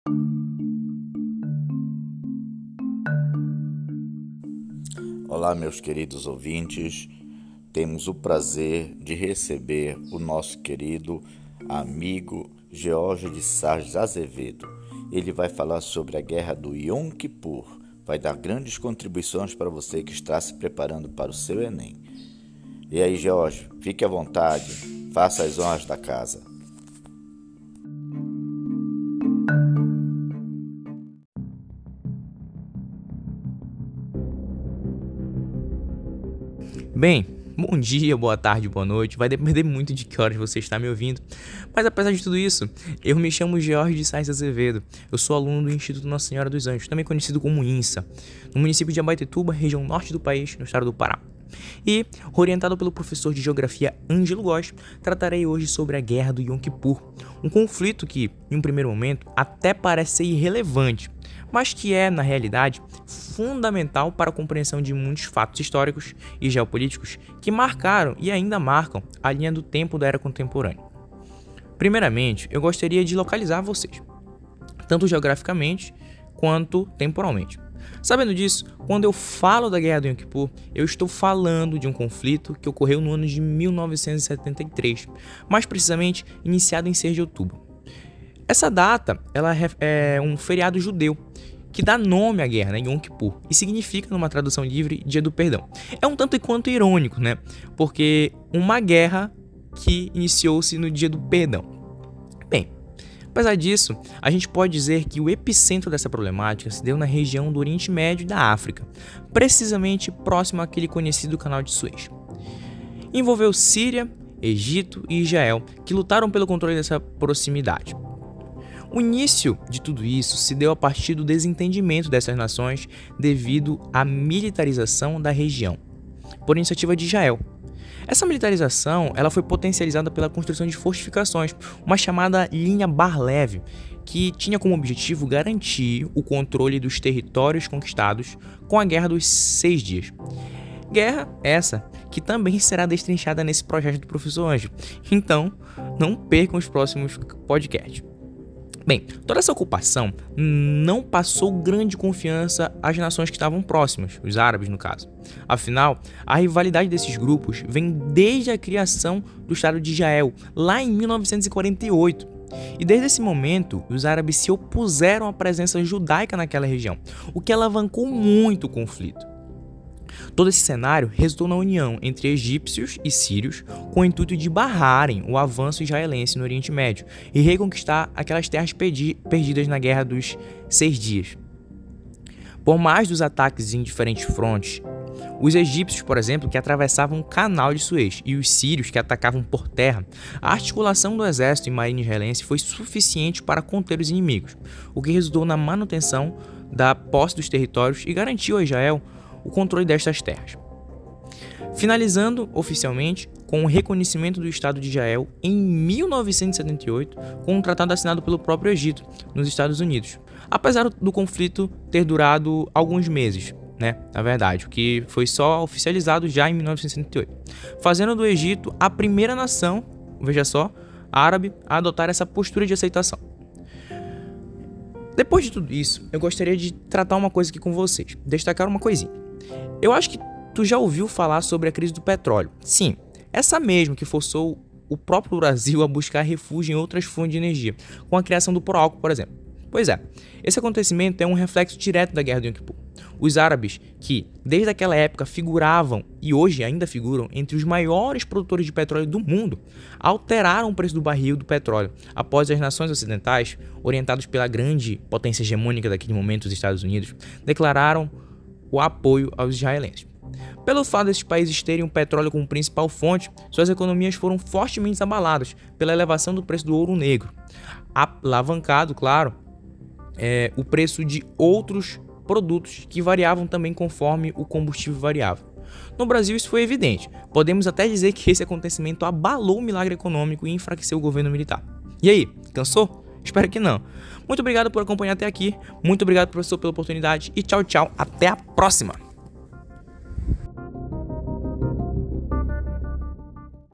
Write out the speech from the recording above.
Olá, meus queridos ouvintes. Temos o prazer de receber o nosso querido amigo George de Sardes Azevedo. Ele vai falar sobre a guerra do Yom Kippur. Vai dar grandes contribuições para você que está se preparando para o seu Enem. E aí, George, fique à vontade, faça as honras da casa. Bem, bom dia, boa tarde, boa noite, vai depender muito de que horas você está me ouvindo, mas apesar de tudo isso, eu me chamo George de Sardes Azevedo, eu sou aluno do Instituto Nossa Senhora dos Anjos, também conhecido como INSA, no município de Abaetetuba, região norte do país, no estado do Pará. E, orientado pelo professor de Geografia Ângelo Góes, tratarei hoje sobre a Guerra do Yom Kippur, um conflito que, em um primeiro momento, até parece ser irrelevante, mas que é, na realidade, fundamental para a compreensão de muitos fatos históricos e geopolíticos que marcaram e ainda marcam a linha do tempo da era contemporânea. Primeiramente, eu gostaria de localizar vocês, tanto geograficamente quanto temporalmente. Sabendo disso, quando eu falo da Guerra do Yom Kippur, eu estou falando de um conflito que ocorreu no ano de 1973, mais precisamente iniciado em 6 de outubro. Essa data ela é um feriado judeu que dá nome à guerra, Yom Kippur, e significa, numa tradução livre, Dia do Perdão. É um tanto quanto irônico, porque uma guerra que iniciou-se no Dia do Perdão. Bem, apesar disso, a gente pode dizer que o epicentro dessa problemática se deu na região do Oriente Médio e da África, precisamente próximo àquele conhecido Canal de Suez. Envolveu Síria, Egito e Israel, que lutaram pelo controle dessa proximidade. O início de tudo isso se deu a partir do desentendimento dessas nações devido à militarização da região, por iniciativa de Israel. Essa militarização ela foi potencializada pela construção de fortificações, uma chamada linha Bar-Lev, que tinha como objetivo garantir o controle dos territórios conquistados com a Guerra dos 6 Dias. Guerra essa que também será destrinchada nesse projeto do Professor Anjo, então não percam os próximos podcasts. Bem, toda essa ocupação não passou grande confiança às nações que estavam próximas, os árabes no caso. Afinal, a rivalidade desses grupos vem desde a criação do Estado de Israel, lá em 1948. E desde esse momento, os árabes se opuseram à presença judaica naquela região, o que alavancou muito o conflito. Todo esse cenário resultou na união entre egípcios e sírios com o intuito de barrarem o avanço israelense no Oriente Médio e reconquistar aquelas terras perdidas na Guerra dos 6 Dias. Por mais dos ataques em diferentes frontes, os egípcios, por exemplo, que atravessavam o Canal de Suez, e os sírios que atacavam por terra, a articulação do exército e marinha israelense foi suficiente para conter os inimigos, o que resultou na manutenção da posse dos territórios e garantiu a Israel o controle destas terras. Finalizando oficialmente com o reconhecimento do Estado de Israel em 1978 com um tratado assinado pelo próprio Egito, nos Estados Unidos, apesar do conflito ter durado alguns meses, na verdade, o que foi só oficializado já em 1978, fazendo do Egito a primeira nação, veja só, árabe a adotar essa postura de aceitação. Depois de tudo isso, eu gostaria de tratar uma coisa aqui com vocês, destacar uma coisinha. Eu acho que tu já ouviu falar sobre a crise do petróleo. Sim, essa mesmo que forçou o próprio Brasil a buscar refúgio em outras fontes de energia, com a criação do pró-álcool, por exemplo. Pois é, esse acontecimento é um reflexo direto da Guerra do Yom Kippur. Os árabes, que desde aquela época figuravam e hoje ainda figuram entre os maiores produtores de petróleo do mundo, alteraram o preço do barril do petróleo após as nações ocidentais, orientadas pela grande potência hegemônica daquele momento, os Estados Unidos, declararam o apoio aos israelenses. Pelo fato desses países terem o petróleo como principal fonte, suas economias foram fortemente abaladas pela elevação do preço do ouro negro, alavancado, claro, o preço de outros produtos que variavam também conforme o combustível variava. No Brasil isso foi evidente, podemos até dizer que esse acontecimento abalou o milagre econômico e enfraqueceu o governo militar. E aí, cansou? Espero que não. Muito obrigado por acompanhar até aqui, muito obrigado professor pela oportunidade e tchau, tchau, até a próxima!